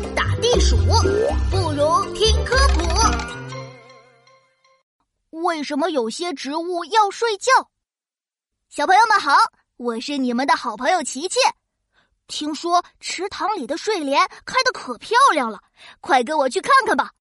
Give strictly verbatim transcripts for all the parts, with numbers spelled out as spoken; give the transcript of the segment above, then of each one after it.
打地鼠，不如听科普。为什么有些植物要睡觉？小朋友们好，我是你们的好朋友琪琪。听说池塘里的睡莲开得可漂亮了，快跟我去看看吧。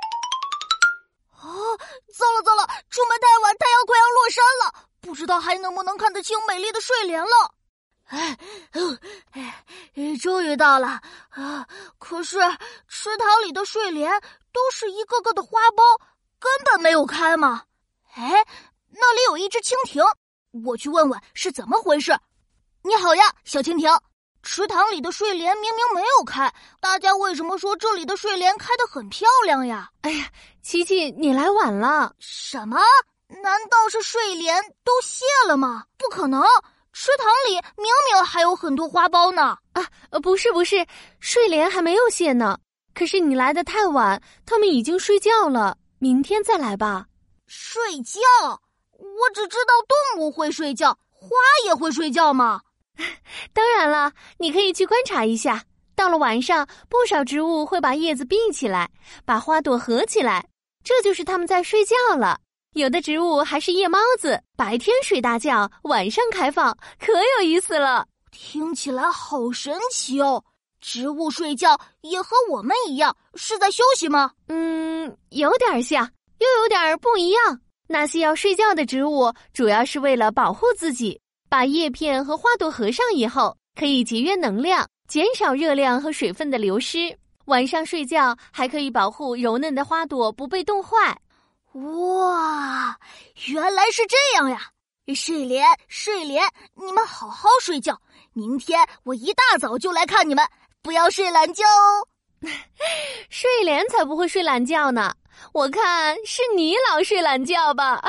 哦，糟了糟了，出门太晚，太阳快要落山了，不知道还能不能看得清美丽的睡莲了。哎，哎，终于到了啊！可是池塘里的睡莲都是一个个的花苞，根本没有开嘛。哎，那里有一只蜻蜓，我去问问是怎么回事。你好呀，小蜻蜓，池塘里的睡莲明明没有开，大家为什么说这里的睡莲开得很漂亮呀？ 哎呀，琪琪，你来晚了。 什么？难道是睡莲都谢了吗？不可能，池塘里明明还有很多花苞呢。 啊，不是不是，睡莲还没有谢呢。可是你来得太晚，它们已经睡觉了，明天再来吧。 睡觉？我只知道动物会睡觉，花也会睡觉吗？ 当然了，你可以去观察一下。到了晚上，不少植物会把叶子闭起来，把花朵合起来，这就是它们在睡觉了。有的植物还是夜猫子，白天睡大觉，晚上开放，可有意思了。 听起来好神奇哦！植物睡觉也和我们一样，是在休息吗？ 嗯，有点像，又有点不一样。那些要睡觉的植物，主要是为了保护自己，把叶片和花朵合上以后，可以节约能量，减少热量和水分的流失。晚上睡觉还可以保护柔嫩的花朵不被冻坏。 哇，原来是这样呀！睡莲，睡莲，你们好好睡觉，明天我一大早就来看你们，不要睡懒觉哦。 睡莲才不会睡懒觉呢，我看是你老睡懒觉吧。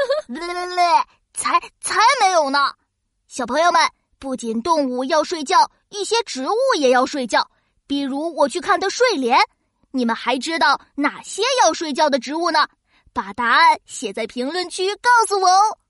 才才没有呢！小朋友们，不仅动物要睡觉，一些植物也要睡觉。比如我去看的睡莲，你们还知道哪些要睡觉的植物呢？把答案写在评论区告诉我哦。